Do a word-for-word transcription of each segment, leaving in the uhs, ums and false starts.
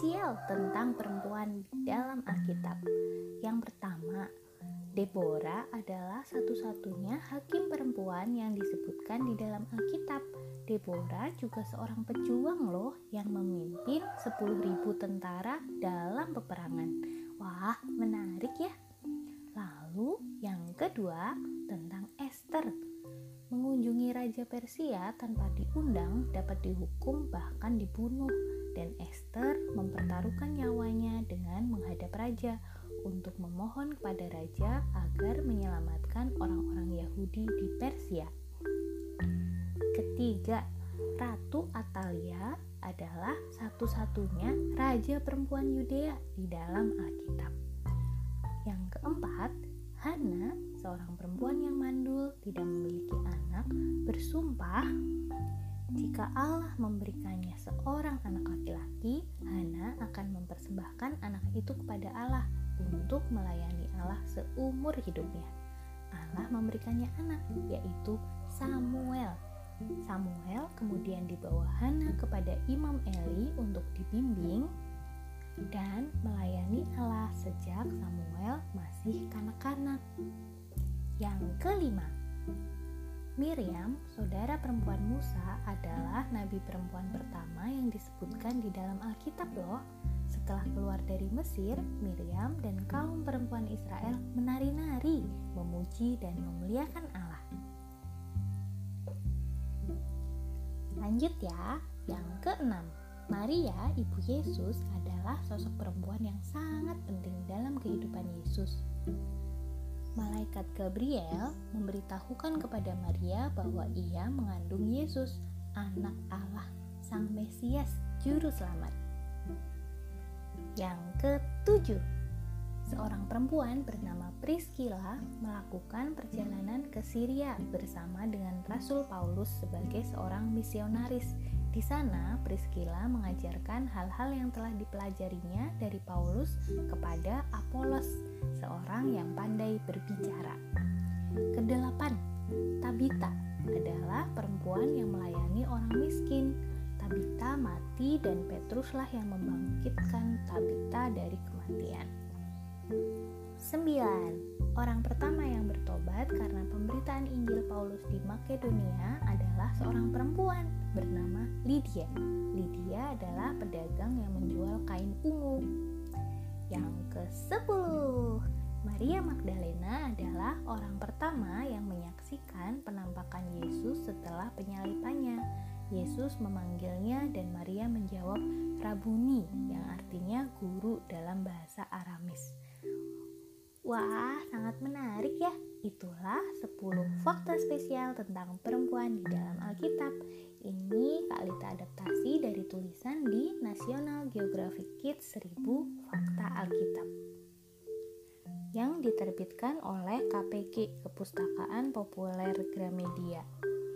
spesial tentang perempuan dalam Alkitab. Yang pertama, Deborah adalah satu-satunya hakim perempuan yang disebutkan di dalam Alkitab. Deborah juga seorang pejuang loh yang memimpin sepuluh ribu tentara dalam peperangan. Wah, menarik ya. Lalu yang kedua tentang Esther. Mengunjungi Raja Persia tanpa diundang dapat dihukum bahkan dibunuh, dan Esther mempertaruhkan nyawanya dengan menghadap raja untuk memohon kepada raja agar menyelamatkan orang-orang Yahudi di Persia. Ketiga, Ratu Atalia adalah satu-satunya raja perempuan Yudea di dalam Alkitab. Yang keempat, Hana, seorang perempuan yang mandul, tidak memiliki anak, bersumpah jika Allah memberikannya seorang anak laki-laki, Hana akan mempersembahkan anak itu kepada Allah untuk melayani Allah seumur hidupnya. Allah memberikannya anak, yaitu Samuel. Samuel kemudian dibawa Hana kepada Imam Eli untuk dibimbing dan melayani Allah sejak Samuel masih kanak-kanak. Yang kelima, Miriam, saudara perempuan Musa, adalah nabi perempuan pertama yang disebutkan di dalam Alkitab loh. Setelah keluar dari Mesir, Miriam dan kaum perempuan Israel menari-nari, memuji dan memuliakan Allah. Lanjut ya, yang keenam. Maria, ibu Yesus, adalah sosok perempuan yang sangat penting dalam kehidupan Yesus. Malaikat Gabriel memberitahukan kepada Maria bahwa ia mengandung Yesus, anak Allah, Sang Mesias, Juru Selamat. Yang ketujuh, seorang perempuan bernama Priscilla melakukan perjalanan ke Syria bersama dengan Rasul Paulus sebagai seorang misionaris. Di sana, Priscilla mengajarkan hal-hal yang telah dipelajarinya dari Paulus kepada Apolos, seorang yang pandai berbicara. Kedelapan, Tabita adalah perempuan yang melayani orang miskin. Tabita mati dan Petruslah yang membangkitkan Tabita dari kematian. Sembilan, orang pertama yang bertobat karena pemberitaan Injil Paulus di Makedonia adalah seorang perempuan bernama Lydia. Lydia adalah pedagang yang menjual kain ungu. Yang kesepuluh, Maria Magdalena adalah orang pertama yang menyaksikan penampakan Yesus setelah penyalipannya. Yesus memanggilnya dan Maria menjawab Rabuni, yang artinya guru dalam bahasa Aramis. Wah, sangat menarik ya. Itulah sepuluh fakta spesial tentang perempuan di dalam Alkitab. Ini Kak Alita adaptasi dari tulisan di National Geographic Kids seribu Fakta Alkitab yang diterbitkan oleh K P G, Kepustakaan Populer Gramedia.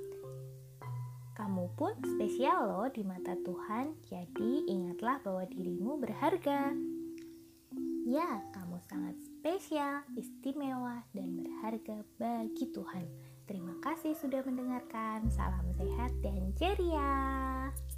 Kamu pun spesial loh di mata Tuhan, jadi ingatlah bahwa dirimu berharga. Ya, kamu sangat spesial, istimewa, dan berharga bagi Tuhan. Terima kasih sudah mendengarkan. Salam sehat dan ceria.